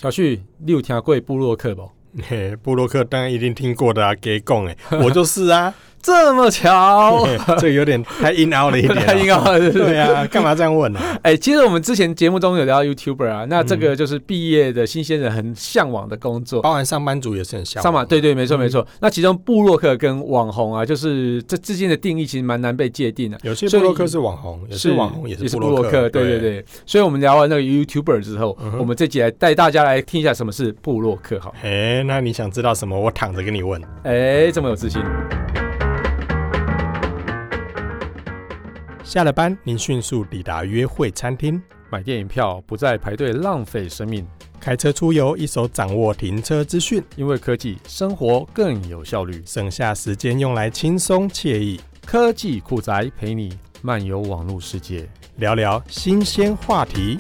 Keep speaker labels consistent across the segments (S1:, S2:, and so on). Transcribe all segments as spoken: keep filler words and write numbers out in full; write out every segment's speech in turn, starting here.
S1: 小旭，你有听过部落客不？
S2: 部落客当然一定听过的啊，给讲哎，我就是啊。
S1: 这么巧，
S2: 这有点太硬凹了一点、啊，
S1: 太硬凹了，
S2: 对啊，干嘛这样问呢、啊？
S1: 哎、欸，其实我们之前节目中有聊到 YouTuber 啊，那这个就是毕业的新鲜人很向往的工作，
S2: 包含上班族也是很向往。
S1: 上班对对，没错、嗯、没错。那其中部落客跟网红啊，就是这之间的定义其实蛮难被界定的。
S2: 有些部落客是网红，有些网红也是部落客，
S1: 对对 对, 对。所以我们聊完那个 YouTuber 之后，嗯、我们这集来带大家来听一下什么是部落客。好，
S2: 哎、欸，那你想知道什么？我躺着跟你问。
S1: 哎、欸，这么有自信。
S2: 下了班，您迅速抵达约会餐厅，
S1: 买电影票不再排队浪费生命，
S2: 开车出游一手掌握停车资讯，
S1: 因为科技生活更有效率，
S2: 省下时间用来轻松惬意。
S1: 科技酷宅陪你漫游网络世界，
S2: 聊聊新鲜话题。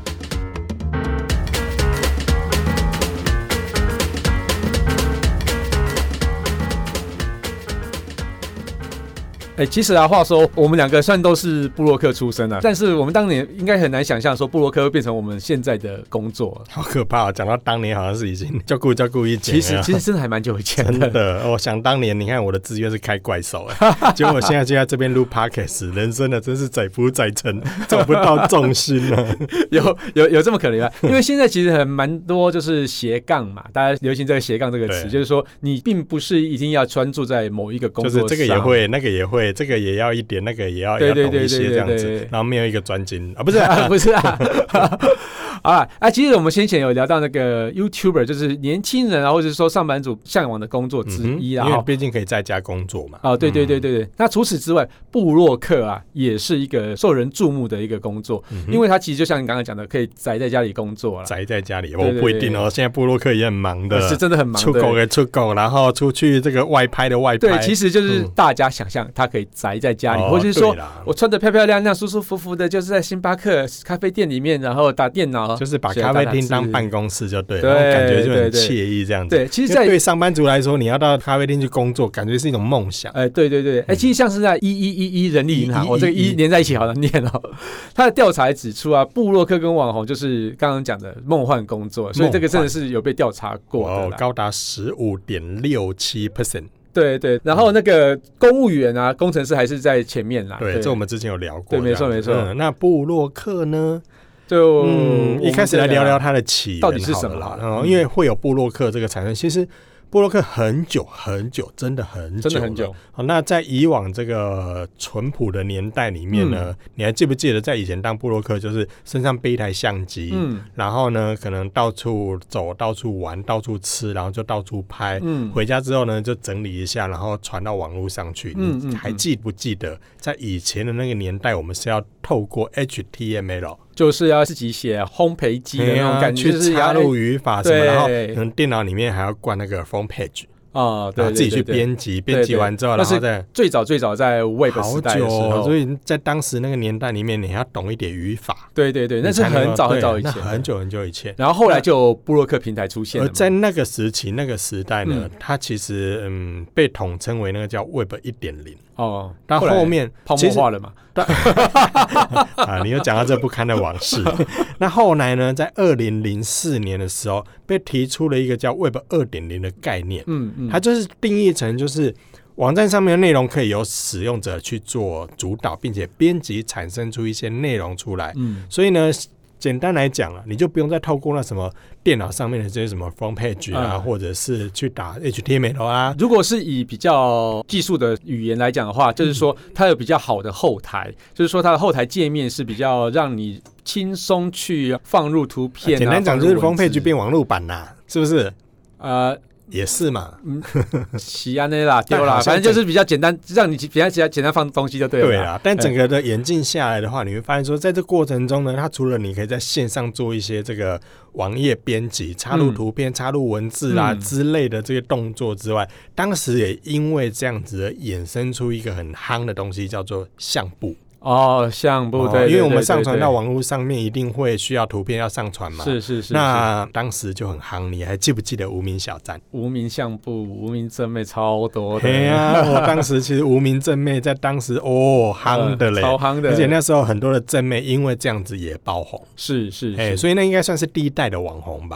S1: 哎、欸，其实啊，话说我们两个算都是部落客出身啊，但是我们当年应该很难想象说部落客会变成我们现在的工作，
S2: 好可怕、哦！讲到当年，好像是已经叫顾叫顾一剪，
S1: 其实其实真的还蛮久以前的。
S2: 真的，我想当年，你看我的志愿是开怪手，结果我现在就在这边录 podcast， 人生的真是载浮载沉，找不到重心了。
S1: 有有有这么可能吗？因为现在其实很蛮多就是斜杠嘛，大家流行这个斜杠这个词，就是说你并不是一定要专注在某一个工作上，
S2: 就是这个也会，那个也会。这个也要一点，那个也要要懂一些这样子，然后没有一个专精啊，不是啊，
S1: 不是啊，啊啊！其实我们先前有聊到那个 YouTuber， 就是年轻人啊，或者是说上班族向往的工作之一啦、
S2: 嗯，因为毕竟可以在家工作嘛。
S1: 啊，对对对对对。嗯、那除此之外，部落客啊，也是一个受人注目的一个工作，嗯、因为它其实就像你刚刚讲的，可以宅在家里工作啦。
S2: 宅在家里，我不一定哦。现在部落客也很忙的，
S1: 是真的很忙的，
S2: 出狗的出狗，然后出去这个外拍的外拍。
S1: 对，其实就是大家想象他可以宅在家里，嗯、或者是说我穿得漂漂亮亮、舒舒服服的，就是在星巴克咖啡店里面，然后打电脑，
S2: 就是把咖啡厅当办公室就对了，对，感觉就很惬意这样子。
S1: 对，其实在
S2: 对上班族来说，你要到咖啡厅去工作，感觉是一种梦想。
S1: 哎、呃，对对对，哎、欸，其实像是在一一一一人力银行，我、哦、这个一连在一起好难念哦。他的调查指出啊，部落客跟网红就是刚刚讲的梦幻工作，所以这个真的是有被调查过的、哦，
S2: 高达十五点六七 percent。
S1: 对对，然后那个公务员啊、工程师还是在前面啦。
S2: 对，这我们之前有聊过。
S1: 对，没错没错、
S2: 嗯。那部落客呢？
S1: 就、
S2: 嗯、一开始来聊聊它的起源
S1: 到底是什么啦、
S2: 嗯？因为会有部落客这个产生，其实部落客很久很久，真的很久，
S1: 真的很久。
S2: 好，那在以往这个淳朴的年代里面呢、嗯，你还记不记得在以前当部落客，就是身上背一台相机，嗯，然后呢，可能到处走、到处玩、到处吃，然后就到处拍，嗯，回家之后呢，就整理一下，然后传到网络上去。嗯，你还记不记得在以前的那个年代，我们是要透过 H T M L。
S1: 就是要自己写烘焙机的那种感觉，
S2: 去插入语法什么，然后可能电脑里面还要灌那个 front page
S1: 啊，对，
S2: 自己去编辑，编辑完之后，然后再
S1: 最早最早在 Web 时代的时候，
S2: 所以在当时那个年代里面，你还要懂一点语法。
S1: 对对对，那是很早很早以前，
S2: 很久很久以前。
S1: 然后后来就有部落客平台出现了。
S2: 而在那个时期、那个时代呢，嗯、它其实嗯被统称为那个叫 Web 一点零。
S1: 哦，
S2: 但后面
S1: 泡沫化了嘛？
S2: 啊，你又讲到这不堪的往事。那后来呢，在二零零四年的时候，被提出了一个叫 Web 二点零的概念。嗯嗯，它就是定义成就是网站上面的内容可以由使用者去做主导，并且编辑产生出一些内容出来。嗯，所以呢。简单来讲啊，你就不用再透过那什么电脑上面的这些什么 front page 啊、嗯，或者是去打 H T M L 啊。
S1: 如果是以比较技术的语言来讲的话，就是说它有比较好的后台，就是说它的后台界面是比较让你轻松去放入图片、啊。
S2: 简单讲就是 front page 变网路版啦，是不是？呃。也是嘛，
S1: 嗯，是安内啦，丢啦，反正就是比较简单，让你比较简单放东西就对了。
S2: 对啦，但整个的演进下来的话，你会发现说，在这过程中呢，它除了你可以在线上做一些这个网页编辑、插入图片、嗯、插入文字啦、嗯、之类的这些动作之外，当时也因为这样子而衍生出一个很夯的东西，叫做相簿。
S1: 哦，相簿对，
S2: 因为我们上传到网络上面一定会需要图片要上传嘛，
S1: 是是 是, 是。
S2: 那当时就很夯，你还记不记得无名小站？
S1: 无名相簿、无名正妹超多的。
S2: 对啊，我当时其实无名正妹在当时哦夯的嘞、
S1: 呃，超夯的，
S2: 而且那时候很多的正妹因为这样子也爆红。
S1: 是是是，
S2: 所以那应该算是第一代的网红吧。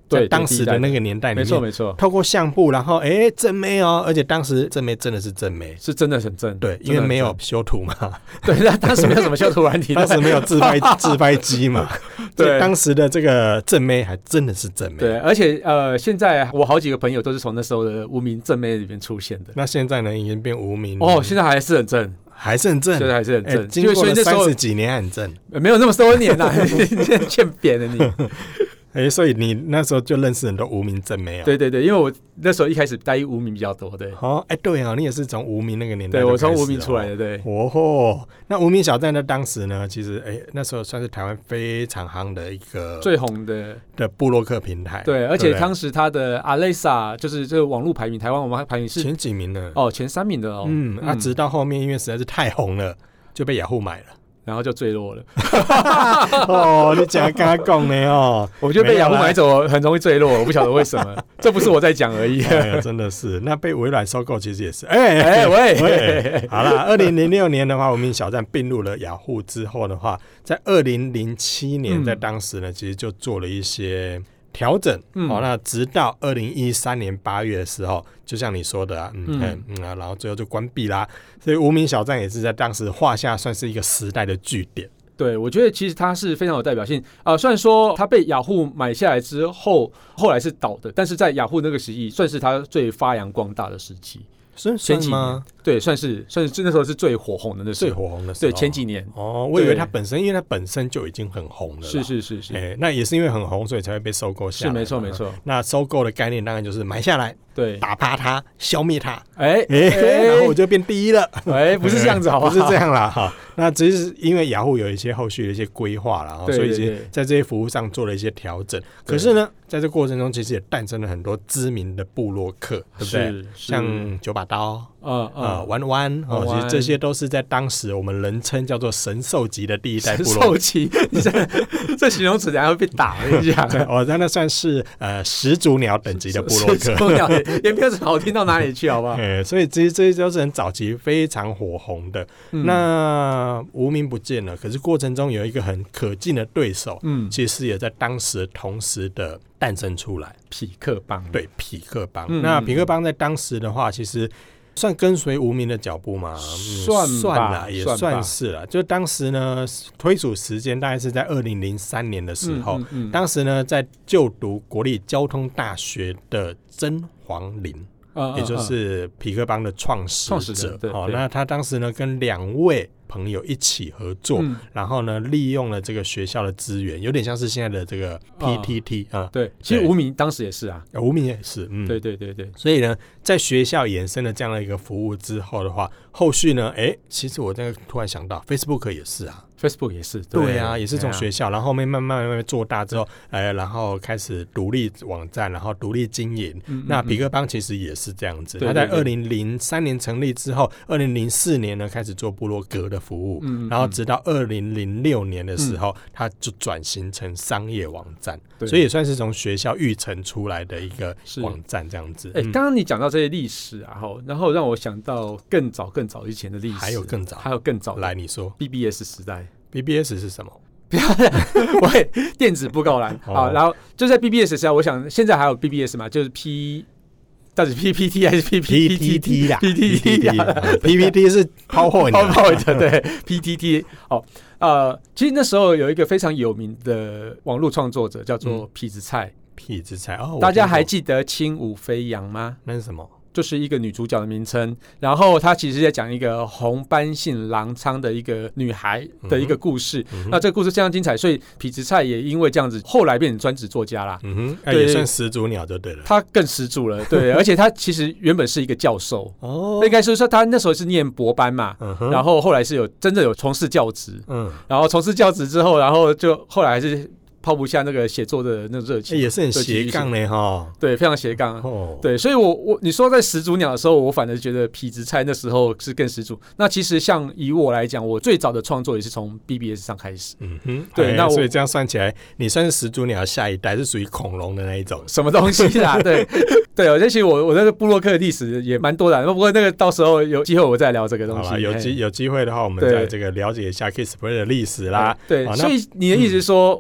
S2: 在当时的那个年代里面，
S1: 没错没错，
S2: 透过相簿，然后哎正妹哦，而且当时正妹真的是正妹，
S1: 是真的很正，
S2: 对，因为没有修图嘛，
S1: 对，当时没有什么修图软体，
S2: 当时没有自拍自拍机嘛，对，当时的这个正妹还真的是正妹，
S1: 对，而且呃，现在我好几个朋友都是从那时候的无名正妹里面出现的，
S2: 那现在呢，已经变无名
S1: 哦，现在还是很正。
S2: 还是很正，
S1: 现在还是很正，欸、
S2: 经过了三十几年还很正，
S1: 没有那么多年啦，你现在欠扁了你。
S2: 哎、欸，所以你那时候就认识很多无名正妹啊、喔？
S1: 对对对，因为我那时候一开始待无名比较多，对。
S2: 哦，哎、欸，对啊，你也是从无名那个年代、喔，
S1: 对我从无名出来的，对。
S2: 哦吼，那无名小站呢？当时呢，其实哎、欸，那时候算是台湾非常夯的一个
S1: 最红的
S2: 的部落客平台。
S1: 对，而且当时它的 Alexa 就是这个网络排名，台湾网络排名是
S2: 前几名的
S1: 哦，前三名的哦。
S2: 嗯，那、啊、直到后面因为实在是太红了，就被雅虎买了。
S1: 然后就坠落了。
S2: 哦，你讲刚刚讲的哦，
S1: 我觉得被雅虎买走很容易坠落，我不晓得为什么，这不是我在讲而已。
S2: 哎、真的是，那被微软收购其实也是。哎、欸、
S1: 哎喂，
S2: 喂好啦，二零零六年的话，无名小站并入了雅虎之后的话，在二零零七年，在当时呢，其实就做了一些调整。嗯，好、哦，那直到二零一三年八月的时候，就像你说的啊，嗯嗯嗯啊，然后最后就关闭啦。所以无名小站也是在当时画下算是一个时代的句点。
S1: 对，我觉得其实它是非常有代表性啊、呃。虽然说它被雅虎买下来之后，后来是倒的，但是在雅虎那个时期，算是它最发扬光大的时期。
S2: 前几年
S1: 对，算是算是那时候是最火红的那时候，
S2: 最火红的时候。
S1: 对，前几年
S2: 哦，我以为它本身，因为它本身就已经很红了。
S1: 是是是是，
S2: 欸、那也是因为很红，所以才会被收购下来。
S1: 是没错没错。
S2: 那收购的概念当然就是买下来，
S1: 对，
S2: 打趴它，消灭它，
S1: 哎、
S2: 欸欸，然后我就变第一了。
S1: 哎、欸，不是这样子好不好？
S2: 不是这样啦哈。那只是因为雅虎有一些后续的一些规划啦，所以在这些服务上做了一一些调整。可是呢，在这过程中，其实也诞生了很多知名的部落客，对不对？像九把刀。呃呃，弯弯哦，其实这些都是在当时我们人称叫做神兽级的第一代部落。
S1: 神兽级，你这这形容词等下会被打，我跟你讲。
S2: 哦，那那算是呃始祖鸟等级的部落客，
S1: 始祖鸟也没有好听到哪里去，好不好？
S2: 哎，所以这些这些都是很早期非常火红的。嗯、那无名不见了，可是过程中有一个很可敬的对手，嗯，其实也在当时同时的诞生出来。
S1: 匹克帮，
S2: 对，匹克帮。嗯、那匹克帮在当时的话，其实。算跟随无名的脚步吗？
S1: 算、嗯、
S2: 算啦，也算是啦。就当时呢，推属时间大概是在二零零三年的时候，嗯嗯嗯、当时呢在就读国立交通大学的曾黄林。嗯、也就是匹克帮的创始者，哦，那他当时呢跟两位朋友一起合作，嗯、然后呢利用了这个学校的资源，有点像是现在的这个 P T T 啊、
S1: 哦嗯。对，其实无名当时也是啊，
S2: 无名也是，嗯，
S1: 对对对对。
S2: 所以呢，在学校衍生了这样的一个服务之后的话，后续呢，哎、欸，其实我这个突然想到 ，Facebook 也是啊。
S1: Facebook 也是
S2: 对, 对啊，也是从学校，啊、然后后面慢慢慢慢做大之后，哎，然后开始独立网站，然后独立经营。嗯嗯嗯那匹克帮其实也是这样子，他在二零零三年成立之后，二零零四年呢开始做部落格的服务，嗯嗯嗯然后直到二零零六年的时候，他、嗯、就转型成商业网站，所以也算是从学校育成出来的一个网站这样子。
S1: 哎，刚刚你讲到这些历史啊，然后让我想到更早更早以前的历史，
S2: 还有更早，
S1: 还有更早，
S2: 来你说
S1: B B S 时代。
S2: B B S 是什么？
S1: 喂，电子布告栏。好，然后就在 B B S 时代，我想现在还有 B B S 嘛，就是 P， 到底 P P T 还是 P P T T
S2: 啦 ？P T T，P P T 是 PowerPoint，PowerPoint
S1: 对 ，P T T。哦，呃，其实那时候有一个非常有名的网络创作者叫做痞子蔡，
S2: 痞子蔡哦，
S1: 大家还记得轻舞飞扬吗？
S2: 那是什么？
S1: 就是一个女主角的名称，然后她其实在讲一个红斑性狼疮的一个女孩的一个故事。嗯嗯、那这个故事非常精彩，所以痞子蔡也因为这样子，后来变成专职作家啦。
S2: 嗯哼，那也算始祖鸟就对了。
S1: 他更始祖了，对，而且他其实原本是一个教授，哦，应该是说他那时候是念博班嘛，嗯、然后后来是有真的有从事教职，嗯，然后从事教职之后，然后就后来还是。抛不下那个写作的那个热情、
S2: 欸，也是很斜杠呢哈。
S1: 对，非常斜杠。哦、对，所以我我你说在始祖鸟的时候，我反而觉得痞子蔡那时候是更始祖。那其实像以我来讲，我最早的创作也是从 B B S 上开始。嗯哼，对，那我
S2: 所以这样算起来，你算是始祖鸟下一代，是属于恐龙的那一种，
S1: 什么东西啦？对对，而且其实我我那个部落客的历史也蛮多的，不过那个到时候有机会我再聊这个东西。
S2: 有机有机会的话，我们再这个了解一下 Kissplay 的历史啦。
S1: 对，对所以你的意思是说？嗯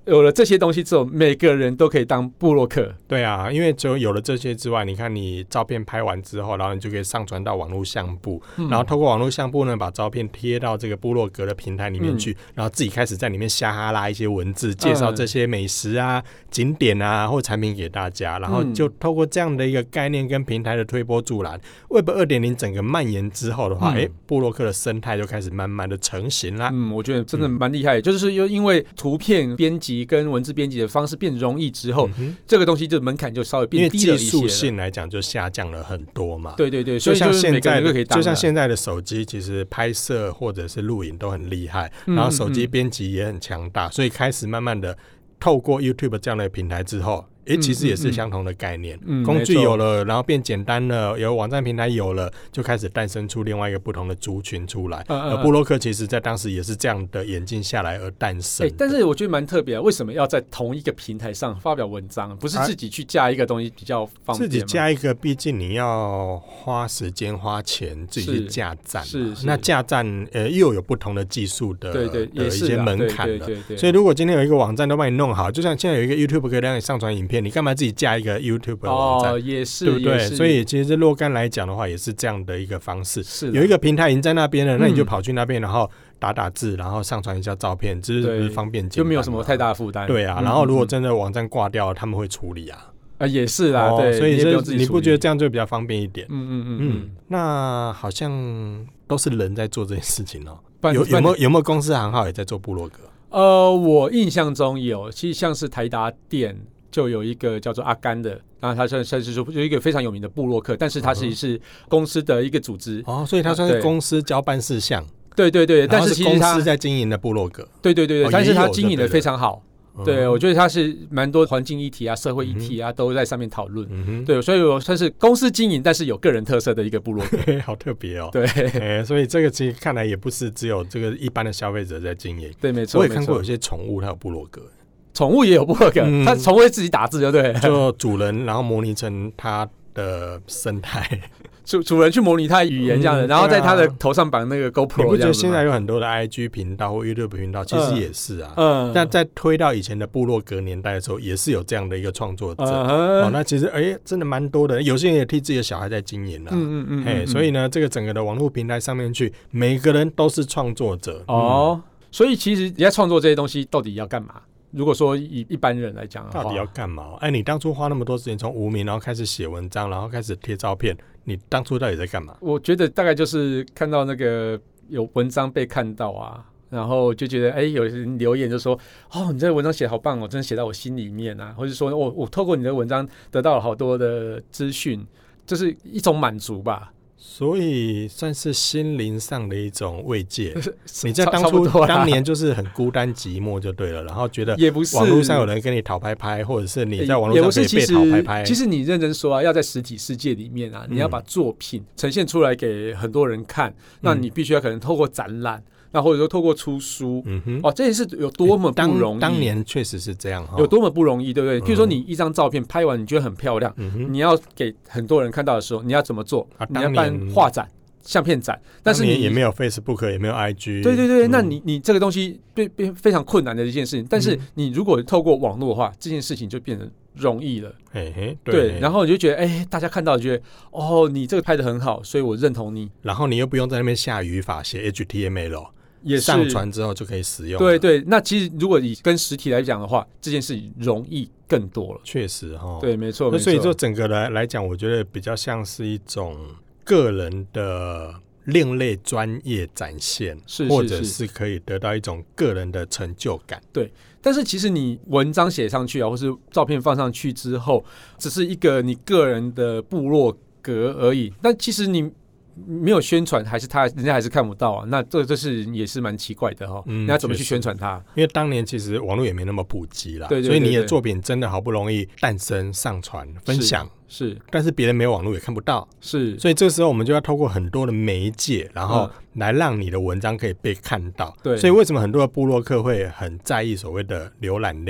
S1: 有了这些东西之后，每个人都可以当部落客。
S2: 对啊，因为只有有了这些之外，你看你照片拍完之后，然后你就可以上传到网络相簿、嗯、然后透过网络相簿呢把照片贴到这个部落格的平台里面去、嗯、然后自己开始在里面瞎哈拉一些文字，介绍这些美食啊、嗯、景点啊或产品给大家，然后就透过这样的一个概念跟平台的推波助澜、嗯、Web 二点零 整个蔓延之后的话，哎、嗯，部落客的生态就开始慢慢的成型啦。
S1: 嗯，我觉得真的蛮厉害的、嗯、就是因为图片编辑跟文字编辑的方式变容易之后、嗯、这个东西就门槛就稍微变低了一些了，
S2: 因为技术性来讲就下降了很多嘛。
S1: 对对对，所以就
S2: 像现在
S1: 的
S2: 就像现在的手机其实拍摄或者是录影都很厉害、嗯、然后手机编辑也很强大、嗯、所以开始慢慢的透过 YouTube 这样的平台之后，欸、其实也是相同的概念、嗯嗯、工具有了，然后变简单了，有网站平台有了，就开始诞生出另外一个不同的族群出来、嗯嗯、而部落客其实在当时也是这样的演进下来而诞生、欸、
S1: 但是我觉得蛮特别的，为什么要在同一个平台上发表文章，不是自己去架一个东西比较方便吗？
S2: 自己架一个毕竟你要花时间花钱自己去架站，
S1: 是是，
S2: 那架站、呃、又有不同的技术的
S1: 对对
S2: 的一些门槛了，
S1: 对对对对，
S2: 所以如果今天有一个网站都帮你弄好，就像现在有一个 YouTube 可以让你上传影片，你干嘛自己架一个 YouTube 的网站？
S1: 哦，也是，
S2: 对不对？所以其实若干来讲的话，也是这样的一个方式。
S1: 是
S2: 有一个平台已经在那边了，那你就跑去那边，然后打打字，然后上传一下照片，这是不是方便简单？
S1: 就没有什么太大的负担。
S2: 对啊，然后如果真的网站挂掉了，他们会处理啊。
S1: 啊，也是啦，哦、对，
S2: 所以
S1: 你,
S2: 你不觉得这样就比较方便一点？
S1: 嗯嗯嗯嗯。
S2: 那好像都是人在做这件事情哦。有有没有有没有公司行号也在做部落格？
S1: 呃，我印象中有，其实像是台达电就有一个叫做阿甘的，然后他算是有一个非常有名的部落客，但是他其实是公司的一个组织、
S2: 嗯、哦，所以他算是公司交办事项。
S1: 对对对，但是其实
S2: 公司在经营的部落格。
S1: 对对对对、哦，但是他经营的非常好。对, 对，我觉得它是蛮多环境议题啊、社会议题啊、嗯、都在上面讨论、嗯。对，所以我算是公司经营，但是有个人特色的一个部落格，
S2: 好特别哦。
S1: 对、
S2: 欸，所以这个其实看来也不是只有这个一般的消费者在经营。
S1: 对，没错。
S2: 我也看过有些宠物它有部落格，
S1: 宠物也有部落格，嗯、它宠物会自己打字，就对，
S2: 就主人然后模拟成它的生态。
S1: 主主人去模拟他的语言这样的、嗯啊，然后在他的头上绑那个 GoPro。
S2: 你不觉得现在有很多的 I G 频道或 YouTube 频道，其实也是啊。嗯。但在推到以前的部落格年代的时候，也是有这样的一个创作者。嗯、哦，那其实哎、欸，真的蛮多的。有些人也替自己的小孩在经营了、啊。嗯嗯嗯。哎，所以呢，这个整个的网络平台上面去，每个人都是创作者。
S1: 哦、嗯。所以其实你在创作这些东西，到底要干嘛？如果说以一般人来讲的话，
S2: 到底要干嘛？哎，你当初花那么多时间从无名，然后开始写文章，然后开始贴照片，你当初到底在干嘛？
S1: 我觉得大概就是看到那个有文章被看到啊，然后就觉得哎，有人留言就说哦，你这个文章写得好棒哦，真的写到我心里面啊，或者说我我透过你的文章得到了好多的资讯，这是一种满足吧。
S2: 所以算是心灵上的一种慰藉。你在当初、啊、当年就是很孤单寂寞就对了，然后觉得
S1: 也不是
S2: 网络上有人跟你讨拍拍，或者是你在网络上可以被讨拍拍。
S1: 其实你认真说啊，要在实体世界里面啊，你要把作品呈现出来给很多人看，嗯、那你必须要可能透过展览。那或者说透过出书，嗯哼，哦，这件事有多么不容易。
S2: 欸、当, 当年确实是这样，
S1: 有多么不容易，对不对？譬如说你一张照片拍完，你觉得很漂亮，嗯、你要给很多人看到的时候，你要怎么做？啊、你要办画展、相片展，但是你
S2: 也没有 Facebook， 也没有 I G，
S1: 对对对，嗯、那你你这个东西变变非常困难的一件事情。但是你如果透过网络的话，这件事情就变得容易了。
S2: 嘿嘿，对，
S1: 对，然后你就觉得，哎、欸，大家看到觉得，哦，你这个拍得很好，所以我认同你。
S2: 然后你又不用在那边下语法写 H T M L。也上传之后就可以使用。
S1: 对对，那其实如果以跟实体来讲的话，这件事容易更多了。
S2: 确实哈，
S1: 对，没错。
S2: 那所以就整个来来讲，我觉得比较像是一种个人的另类专业展现，
S1: 是是是，
S2: 或者是可以得到一种个人的成就感。
S1: 对，但是其实你文章写上去啊，或是照片放上去之后，只是一个你个人的部落格而已。但其实你没有宣传，还是他人家还是看不到啊？那这这是也是蛮奇怪的哈、哦。嗯，你要怎么去宣传它？
S2: 因为当年其实网络也没那么普及啦，
S1: 对对对对，
S2: 所以你的作品真的好不容易诞生、上传、分享，
S1: 是，是
S2: 但是别人没有网络也看不到，
S1: 是，
S2: 所以这时候我们就要透过很多的媒介，然后来让你的文章可以被看到。对、嗯，所以为什么很多的部落客会很在意所谓的浏览量？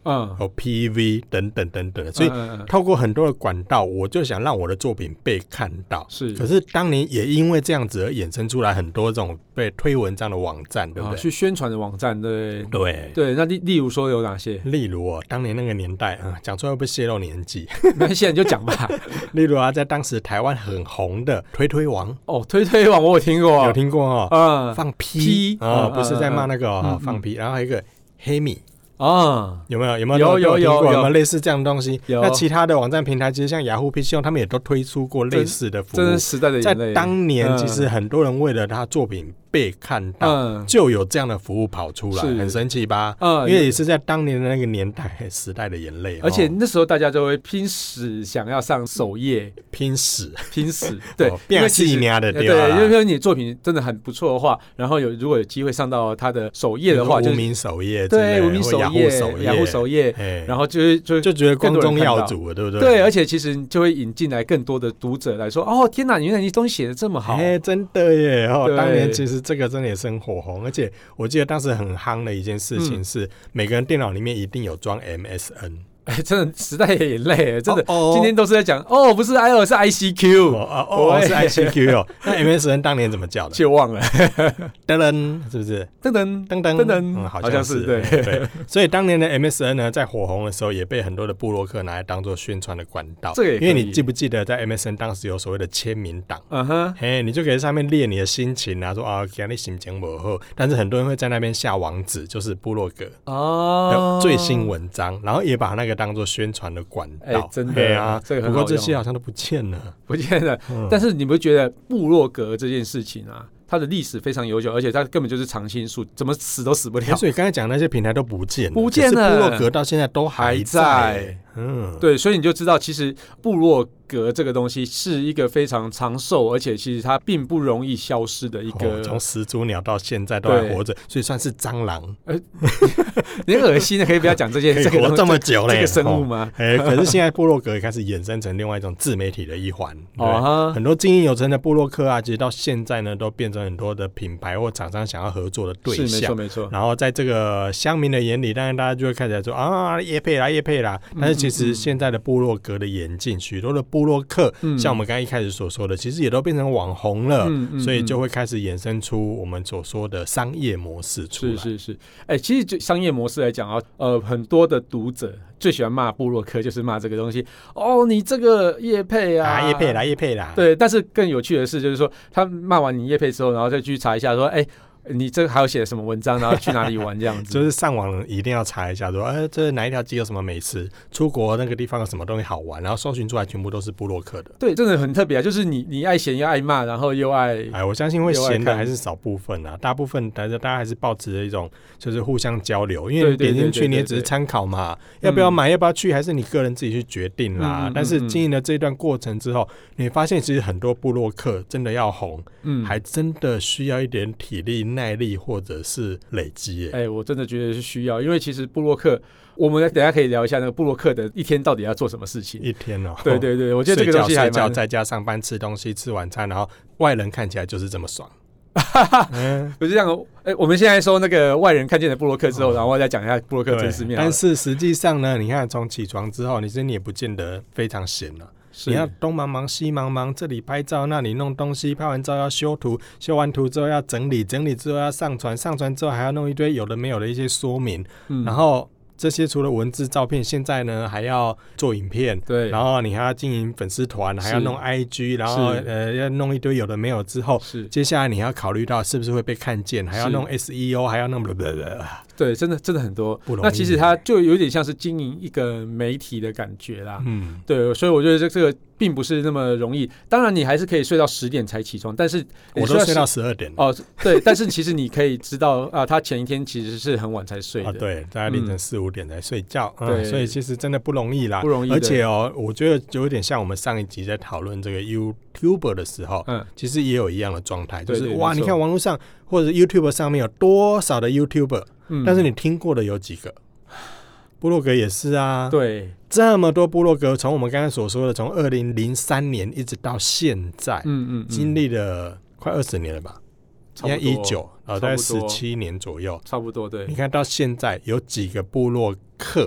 S2: 嗯，有 P V 等等等等的，所以透过很多的管道，我就想让我的作品被看到。
S1: 是，
S2: 可是当年也因为这样子而衍生出来很多这种被推文章的网站，对不对？
S1: 啊、去宣传的网站，对
S2: 对
S1: 对。那例例如说有哪些？
S2: 例如哦，当年那个年代，嗯，讲出来会不会泄露年纪？
S1: 没关系，你就讲吧。
S2: 例如啊，在当时台湾很红的推推王，
S1: 哦，推推王我有听过，
S2: 有听过哦，嗯，放屁啊、哦，不是在骂那个、哦嗯、放屁，然后还有一个黑米。啊，有没有有没有
S1: 有有有有
S2: 有没有类似这样的东西？那其他的网站平台，其实像雅虎、P C 他们也都推出过类似的服务。
S1: 这是时代的眼泪。
S2: 在当年，其实很多人为了他作品被看到，嗯、就有这样的服务跑出来，很神奇吧？嗯，因为也是在当年的那个年代，时代的眼泪。
S1: 而且那时候大家就会拼死想要上首页，
S2: 拼死
S1: 拼死，对，
S2: 变细娘的对，
S1: 对，因为你作品真的很不错的话，然后有如果有机会上到他的首页的话，
S2: 无名首页，
S1: 对，无名首页，雅虎首页，然后就就
S2: 就觉得光宗耀祖了，对不对？
S1: 对，而且其实就会引进来更多的读者来说，哦，天哪，原来你东西写的这么好，
S2: 哎，真的耶！哦，当年其实这个真的也是很火红，而且我记得当时很夯的一件事情是，嗯、每个人电脑里面一定有装 M S N。
S1: 哎，真的时代的眼泪，真的，哦哦、今天都是在讲哦，不是 I O 是 I C Q，
S2: 哦哦，是 I C Q 哦。那 M S N 当年怎么叫的？
S1: 就忘了，
S2: 噔噔，是不是？
S1: 噔噔
S2: 噔噔
S1: 噔噔，
S2: 嗯，好像是，对对。所以当年的 M S N 呢，在火红的时候，也被很多的部落客拿来当做宣传的管道。
S1: 这个也可以，
S2: 因为你记不记得在 M S N 当时有所谓的签名档？嗯哼，嘿，你就可以在上面列你的心情啊，说啊，今天心情不好，但是很多人会在那边下网址，就是部落格哦最新文章，然后也把那个当做宣传的管道，
S1: 欸、真的
S2: 啊，
S1: 这个很
S2: 好用。不过这些好像都不见了，
S1: 不见了。嗯、但是你不觉得部落格这件事情啊，它的历史非常悠久，而且它根本就是常青树，怎么死都死不了。
S2: 所以刚才讲的那些平台都不见了，
S1: 不见了。
S2: 部落格到现在都还在。还在
S1: 嗯，对，所以你就知道，其实部落格这个东西是一个非常长寿，而且其实它并不容易消失的一个。
S2: 从、哦、始祖鸟到现在都还活着，所以算是蟑螂。呃，
S1: 你很恶心的，可以不要讲这些
S2: 可以活这么久嘞，
S1: 这个生物吗？
S2: 哎、哦欸，可是现在部落格也开始衍生成另外一种自媒体的一环。哦，很多经营有成的部落客啊，其实到现在呢，都变成很多的品牌或厂商想要合作的对象。
S1: 是没错没错。
S2: 然后在这个乡民的眼里，当然大家就会开始说啊，业配啦，业配啦。但是其实现在的部落格的演进，许多的部落客，嗯、像我们刚才一开始所说的，其实也都变成网红了，嗯嗯、所以就会开始衍生出我们所说的商业模式出来。
S1: 是是是，哎、欸，其实就商业模式来讲啊，呃，很多的读者最喜欢骂部落客，就是骂这个东西。哦，你这个业配啊，
S2: 啊业配啦，业配啦。
S1: 对，但是更有趣的是，就是说他骂完你业配之后，然后再去查一下，说，哎、欸。你这个还有写什么文章，然后去哪里玩这样子？
S2: 就是上网一定要查一下，说，哎，这哪一条街有什么美食？出国那个地方有什么东西好玩？然后搜寻出来全部都是部落客的。
S1: 对，真的很特别啊！就是你，你爱嫌又爱骂，然后又爱……
S2: 哎，我相信会嫌的还是少部分啊，大部分大家大家还是抱持着一种就是互相交流，因为你点进去你也只是参考嘛，要不要买，要不要去，还是你个人自己去决定啦。嗯、但是经营了这一段过程之后，你发现其实很多部落客真的要红，嗯，还真的需要一点体力、耐力或者是累积。
S1: 哎、欸，我真的觉得是需要，因为其实部落客，我们等一下可以聊一下那个部落客的一天到底要做什么事情。
S2: 一天哦，
S1: 对对对，我觉得这个东西还蛮……
S2: 睡觉、睡觉，在家上班，吃东西，吃晚餐，然后外人看起来就是这么爽。
S1: 嗯、不是这样，哎、欸，我们现在说那个外人看见的部落客之后，哦、然后再讲一下部落客真实面。
S2: 但是实际上呢，你看从起床之后，你其实你也不见得非常闲了。你要东忙忙西忙忙，这里拍照那里弄东西，拍完照要修图，修完图之后要整理，整理之后要上传，上传之后还要弄一堆有的没有的一些说明，嗯、然后这些除了文字照片，现在呢还要做影片，
S1: 对，
S2: 然后你还要经营粉丝团，还要弄 I G， 然后呃要弄一堆有的没有之后，是接下来你要考虑到是不是会被看见，还要弄 S E O， 还要弄 blah blah blah。
S1: 对，真的真的很多，那其实它就有点像是经营一个媒体的感觉啦。嗯，对，所以我觉得这这个并不是那么容易。当然，你还是可以睡到十点才起床，但是
S2: 我都睡到十二点
S1: 哦。对，但是其实你可以知道啊，他前一天其实是很晚才睡的。啊、
S2: 对，大概凌晨四五点才睡觉。嗯、
S1: 对、
S2: 嗯，所以其实真的不容易啦，
S1: 不容易。
S2: 而且哦，我觉得有点像我们上一集在讨论这个 YouTuber 的时候，嗯，其实也有一样的状态，就是哇，你看网络上或者 YouTube 上面有多少的 YouTuber。嗯、但是你听过的有几个？部落格也是啊，
S1: 对，
S2: 这么多部落格，从我们刚才所说的，从二零零三年一直到现在，嗯嗯，经历了快二十年了吧？现在一九，呃，大概十七年左右，
S1: 差不多。对，
S2: 你看到现在有几个部落客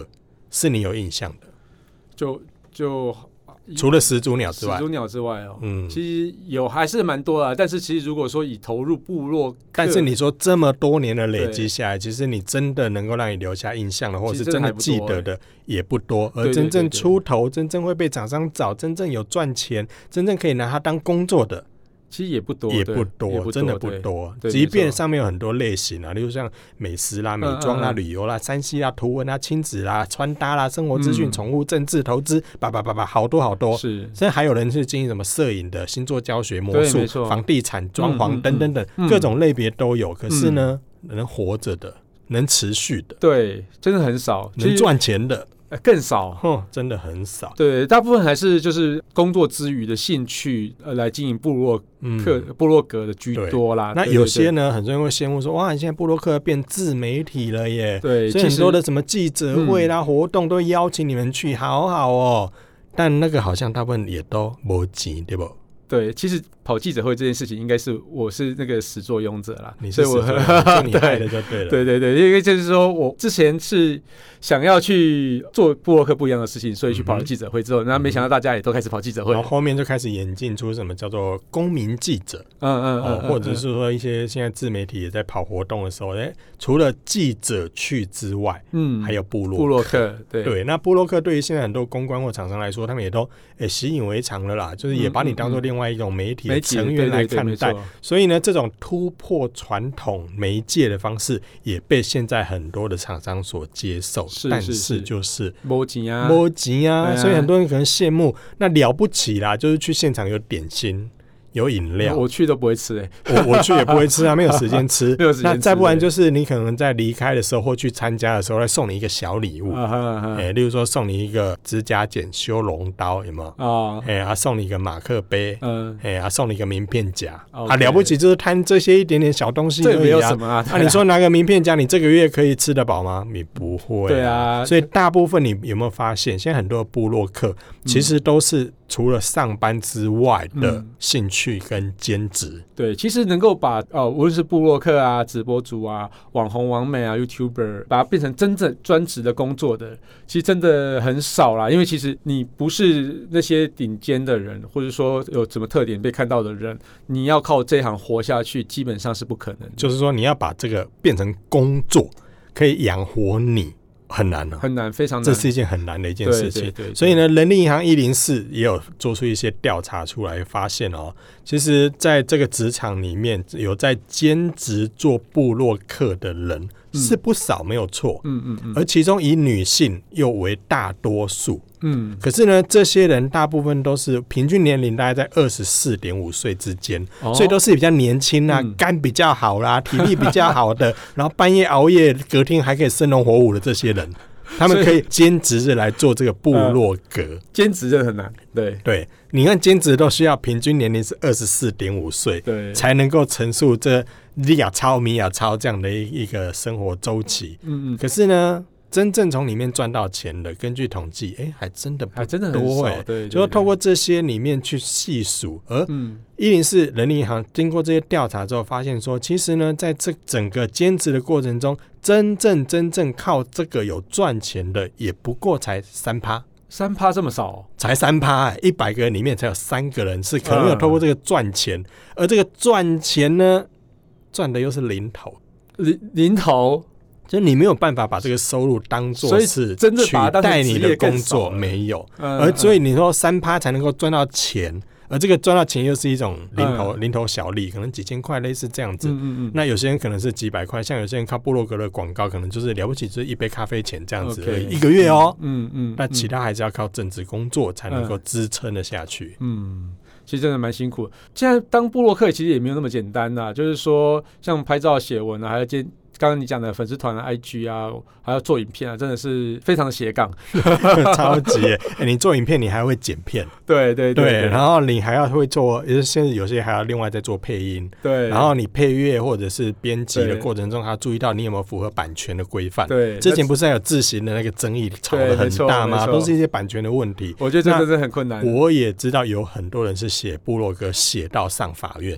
S2: 是你有印象的？
S1: 就就
S2: 除了始祖鸟之外，
S1: 始祖鸟之外哦，
S2: 嗯，
S1: 其实有还是蛮多啊。但是其实如果说以投入部落，
S2: 但是你说这么多年的累积下来，其实你真的能够让你留下印象的，或是真的记得的也不多。而真正出头、真正会被厂商找、真正有赚钱、真正可以拿它当工作的。
S1: 其实也不多，
S2: 也不多，也不多真的不多。即便上面有很多类型啊，例如像美食啦、美妆啦、嗯嗯嗯旅游啦、三 C 啦、图文啦、亲子啦、穿搭啦、生活资讯、宠、嗯、物、政治、投资，叭叭叭叭，好多好多。是，甚至还有人是经营什么摄影的、星座教学、魔术、房地产、装潢、嗯、等等等、嗯，各种类别都有。可是呢，嗯、能活着的、能持续的，
S1: 对，真的很少，
S2: 能赚钱的。
S1: 更少、
S2: 哦，真的很少。
S1: 对，大部分还是就是工作之余的兴趣，呃，来经营部落客、嗯、部落格的居多啦。
S2: 那有些呢，很多人会羡慕说，哇，现在部落客变自媒体了耶。对，所以很多的什么记者会啦、嗯、活动都邀请你们去，好好哦。但那个好像大部分也都没钱，对不？
S1: 对，其实跑记者会这件事情，应该是我是那个始作俑者啦。
S2: 你是始作俑者，你害的就对了。
S1: 对对对，因为就是说我之前是想要去做部落客不一样的事情，所以去跑了记者会之后，那、嗯、没想到大家也都开始跑记者会，
S2: 然后后面就开始演进出什么叫做公民记者，
S1: 嗯嗯嗯、哦，
S2: 或者是说一些现在自媒体也在跑活动的时候，哎，除了记者去之外，嗯，还有部落客。部落客，对对，那部落客对于现在很多公关或厂商来说，他们也都哎习以为常了啦，就是也把你当做另外一种媒体的成员来看待，所以呢，这种突破传统媒介的方式也被现在很多的厂商所接受，是但是就是
S1: 没钱啊，
S2: 没钱啊，所以很多人可能羡慕，那了不起啦，就是去现场有点心。有饮料，
S1: 我去都不会吃哎、
S2: 欸，我我去也不会吃啊，没有时间吃。没有时间吃。那再不然就是你可能在离开的时候或去参加的时候，来送你一个小礼物，哎、啊欸，例如说送你一个指甲剪修容刀，有没有？哦，哎、欸，啊，送你一个马克杯，嗯，哎、欸，啊，送你一个名片夹， okay. 啊，了不起就是贪这些一点点小东西而已啊。这没有什么啊。啊，你说拿个名片夹，你这个月可以吃得饱吗？你不会、啊。对啊。所以大部分你有没有发现，现在很多部落客其实都是除了上班之外的兴趣跟兼职、嗯，
S1: 对，其实能够把呃，无论是部落客啊、直播主啊、网红、网美啊、YouTuber， 把它变成真正专职的工作的，其实真的很少啦。因为其实你不是那些顶尖的人，或者说有什么特点被看到的人，你要靠这行活下去，基本上是不可能的。
S2: 就是说，你要把这个变成工作，可以养活你。很难、啊、
S1: 很难，非常难，
S2: 这是一件很难的一件事情。对对对对，所以呢，人力银行一零四也有做出一些调查出来，发现哦，其实在这个职场里面，有在兼职做部落客的人是不少，没有错。嗯嗯嗯，而其中以女性又为大多数。嗯，可是呢，这些人大部分都是平均年龄大概在二十四点五岁之间、哦，所以都是比较年轻啊，肝、嗯、比较好啦，体力比较好的，然后半夜熬夜，隔天还可以生龙活虎的这些人，他们可以兼职着来做这个部落格。呃、
S1: 兼职就很难，对
S2: 对，你看兼职都需要平均年龄是二十四点五岁，对，才能够陈述这利亚超、米亚超这样的一个生活周期。嗯嗯，可是呢，真正从里面赚到钱的，根据统计，哎、欸，还真的不多、欸，还真的很少。对，对，对，就透过这些里面去细数，而一零四人力银行经过这些调查之后，发现说，其实呢，在这整个兼职的过程中，真正真正靠这个有赚钱的，也不过才三趴。
S1: 三趴这么少、哦？
S2: 才三趴，一百个人里面才有三个人是可能有透过这个赚钱、嗯，而这个赚钱呢，赚的又是零头，
S1: 零零头。
S2: 就你没有办法把这个收入当作是取代你的工作，没有，而所以你说三趴才能够赚到钱，而这个赚到钱又是一种零头、嗯、零头小利，可能几千块类似这样子。嗯嗯嗯，那有些人可能是几百块，像有些人靠部落格的广告，可能就是了不起，就是一杯咖啡钱这样子而已， okay, 一个月哦。嗯嗯，那其他还是要靠正职工作才能够支撑得下去。嗯。
S1: 其实真的蛮辛苦的。现在当部落客其实也没有那么简单啦，就是说像拍照、写文啊，还有兼刚刚你讲的粉丝团的 I G 啊，还要做影片啊，真的是非常的斜杠，
S2: 超级、欸。你做影片，你还会剪片，
S1: 对对 对, 对，
S2: 然后你还要会做，现在有些还要另外再做配音，对。然后你配乐或者是编辑的过程中，还要注意到你有没有符合版权的规范。对，之前不是还有字型的那个争议吵得很大吗？都是一些版权的问题。
S1: 我觉得这真的很困难。
S2: 我也知道有很多人是写部落格写到上法院的。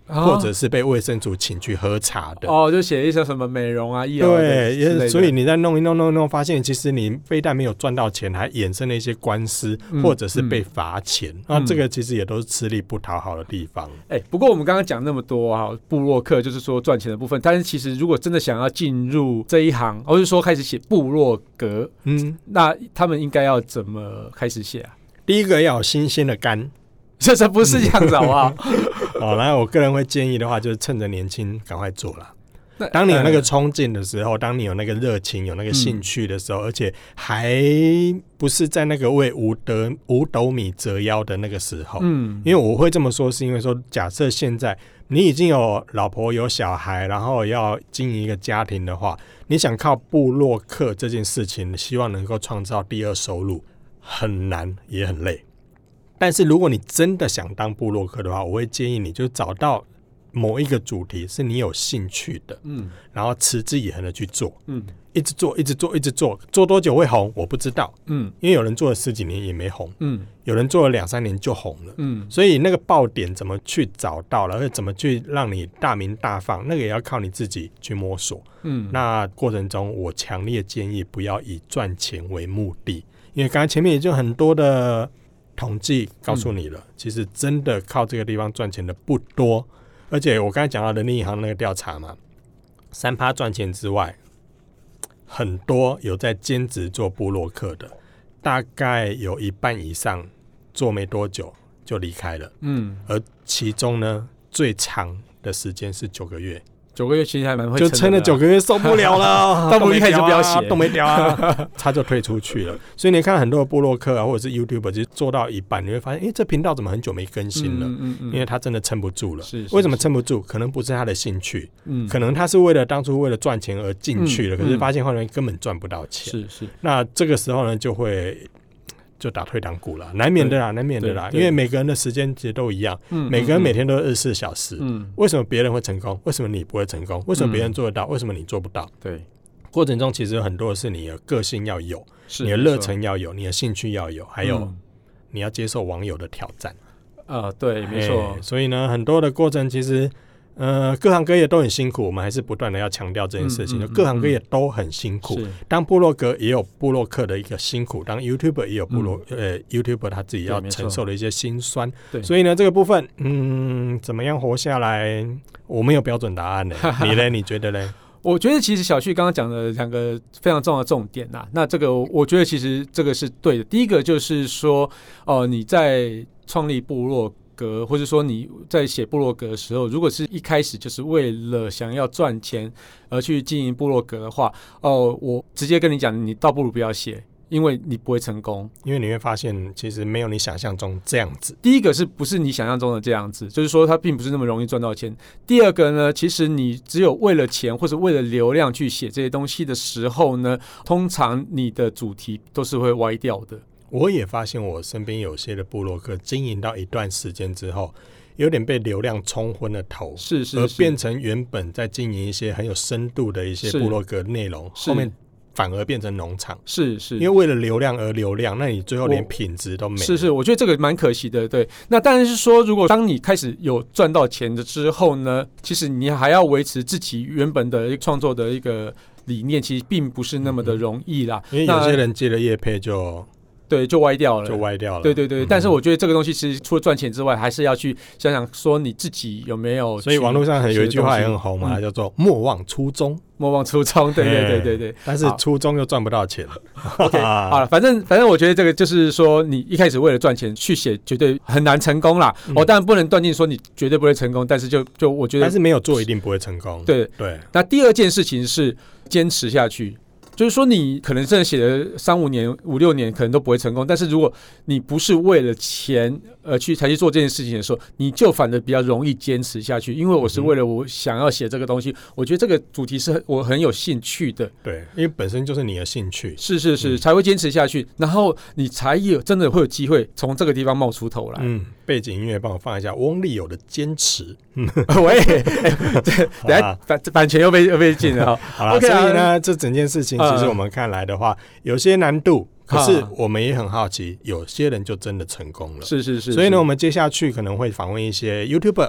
S2: 啊、或者是被卫生组请去喝茶的。
S1: 哦，就写一些什么美容啊、医疗的。
S2: 对，所以你在弄一弄弄一弄，发现其实你非但没有赚到钱，还衍生了一些官司，嗯、或者是被罚钱。那、嗯、这个其实也都是吃力不讨好的地方。
S1: 哎、欸，不过我们刚刚讲那么多啊，部落客就是说赚钱的部分，但是其实如果真的想要进入这一行，或是说开始写部落格，嗯，那他们应该要怎么开始写啊？
S2: 第一个要有新鲜的肝，
S1: 这这不是这样子好不好？
S2: 好，然后我个人会建议的话，就是趁着年轻赶快做啦。当你有那个冲劲的时候，当你有那个热情、有那个兴趣的时候，嗯、而且还不是在那个为五斗五斗米折腰的那个时候，嗯，因为我会这么说，是因为说，假设现在你已经有老婆、有小孩，然后要经营一个家庭的话，你想靠部落客这件事情，希望能够创造第二收入，很难也很累。但是如果你真的想当部落客的话，我会建议你就找到某一个主题是你有兴趣的，嗯，然后持之以恒的去做，嗯，一直做，一直做，一直做，做多久会红我不知道，嗯，因为有人做了十几年也没红，嗯，有人做了两三年就红了，嗯，所以那个爆点怎么去找到了，而且怎么去让你大名大放，那个也要靠你自己去摸索，嗯，那过程中我强烈建议不要以赚钱为目的，因为刚才前面已经有很多的统计告诉你了、嗯、其实真的靠这个地方赚钱的不多，而且我刚才讲到人力银行那个调查嘛， 百分之三 赚钱之外，很多有在兼职做部落客的，大概有一半以上做没多久就离开了，嗯，而其中呢最长的时间是九个月，
S1: 九个月其实还蛮会
S2: 撑的，就撑了九个月受不了了，
S1: 到一开始就不要写，
S2: 都没掉啊，他就退出去了。所以你看很多的部落客啊，或者是 YouTuber， 其实做到一半，你会发现，哎、欸，这频道怎么很久没更新了？嗯嗯嗯、因为他真的撑不住了。是是是，为什么撑不住？可能不是他的兴趣，嗯，可能他是为了当初为了赚钱而进去了，嗯、可是发现后面根本赚不到钱。是是，那这个时候呢，就会。就打退堂鼓了，难免的啦，难免的啦，因为每个人的时间其实都一样，嗯、每个人每天都二十四小时，嗯、为什么别人会成功？为什么你不会成功？为什么别人做得到？为什么你做不到？对，过程中其实有很多的是你的个性要有，你的热忱要有，你的兴趣要有，还有、嗯、你要接受网友的挑战。
S1: 啊、呃，对，没错。
S2: 所以呢，很多的过程其实。呃，各行各业都很辛苦，我们还是不断的要强调这件事情。嗯嗯嗯、各行各业都很辛苦，当部落格也有部落客的一个辛苦，当 YouTuber 也有部落、嗯、呃 YouTuber 他自己要承受的一些辛酸。所以呢，这个部分，嗯，怎么样活下来，我没有标准答案呢。你呢？你觉得呢？
S1: 我觉得其实小旭刚刚讲的两个非常重要的重点呐、啊，那这个我觉得其实这个是对的。第一个就是说，哦、呃，你在创立部落格，或者说你在写部落格的时候，如果是一开始就是为了想要赚钱而去经营部落格的话，哦，我直接跟你讲，你倒不如不要写，因为你不会成功，
S2: 因为你会发现其实没有你想象中这样子。
S1: 第一个是不是你想象中的这样子，就是说它并不是那么容易赚到钱。第二个呢，其实你只有为了钱或者为了流量去写这些东西的时候呢，通常你的主题都是会歪掉的。
S2: 我也发现我身边有些的部落客经营到一段时间之后，有点被流量冲昏了头，
S1: 是是是，
S2: 而变成原本在经营一些很有深度的一些部落格内容，后面反而变成农场，
S1: 是是，
S2: 因为为了流量而流量，那你最后连品质都没了。
S1: 是是，我觉得这个蛮可惜的。对，那但是说，如果当你开始有赚到钱的之后呢，其实你还要维持自己原本的创作的一个理念，其实并不是那么的容易啦。
S2: 嗯、因为有些人接了业配就。
S1: 对，就歪掉了，
S2: 就歪掉了。
S1: 对对对，嗯、但是我觉得这个东西其实除了赚钱之外，还是要去想想说你自己有没有。
S2: 所以网络上有一句话也很红嘛，嗯、叫做“莫忘初衷”。
S1: 莫忘初衷，对对对对对。
S2: 但是初衷又赚不到钱。
S1: OK， 好了，反正反正我觉得这个就是说，你一开始为了赚钱去写，绝对很难成功啦。我、嗯哦、当然不能断定说你绝对不会成功，但是就就我觉得，
S2: 但是没有做一定不会成功。
S1: 对
S2: 对。
S1: 那第二件事情是坚持下去。就是说，你可能真的写了三五年、五六年，可能都不会成功。但是如果你不是为了钱而去才去做这件事情的时候，你就反而比较容易坚持下去。因为我是为了我想要写这个东西，我觉得这个主题是我很有兴趣的。
S2: 对，因为本身就是你的兴趣，
S1: 是是是，嗯、才会坚持下去。然后你才有真的会有机会从这个地方冒出头来。嗯，
S2: 背景音乐帮我放一下，翁立友的《坚持》。
S1: 喂，欸、等下版版权又被又被禁了哈。
S2: 好了， okay 所以呢，这整件事情。其实我们看来的话，有些难度，可是我们也很好奇，有些人就真的成功了。
S1: 是是是。
S2: 所以呢，我们接下去可能会访问一些 YouTuber，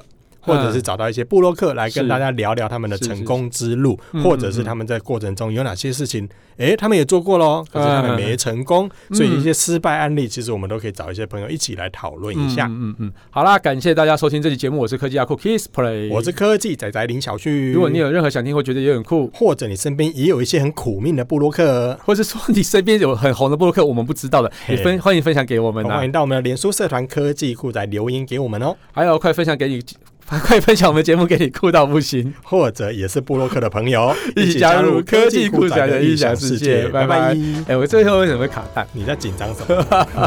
S2: 或者是找到一些部落客来跟大家聊聊他们的成功之路，或者是他们在过程中有哪些事情，哎，他们也做过咯，可是他们没成功，所以一些失败案例，其实我们都可以找一些朋友一起来讨论一下。
S1: 嗯嗯嗯，好啦，感谢大家收听这期节目，我是科技阿酷 Kiss Play，
S2: 我是科技仔仔林小旭。
S1: 如果你有任何想听或觉得也很酷，
S2: 或者你身边也有一些很苦命的部落客，
S1: 或是说你身边有很红的部落客我们不知道的，也分欢迎分享给我们、啊、
S2: 欢迎到我们的脸书社团科技酷仔留言给我们哦。
S1: 还有快分享给你，快分享我们节目给你酷到不行，
S2: 或者也是部落客的朋友
S1: 一起加入科技酷仔的异想世界。拜拜。哎、欸，我最后为什么会卡弹？
S2: 你在紧张什么？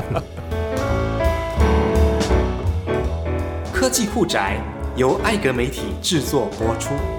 S3: 科技酷宅由艾格媒体制作播出。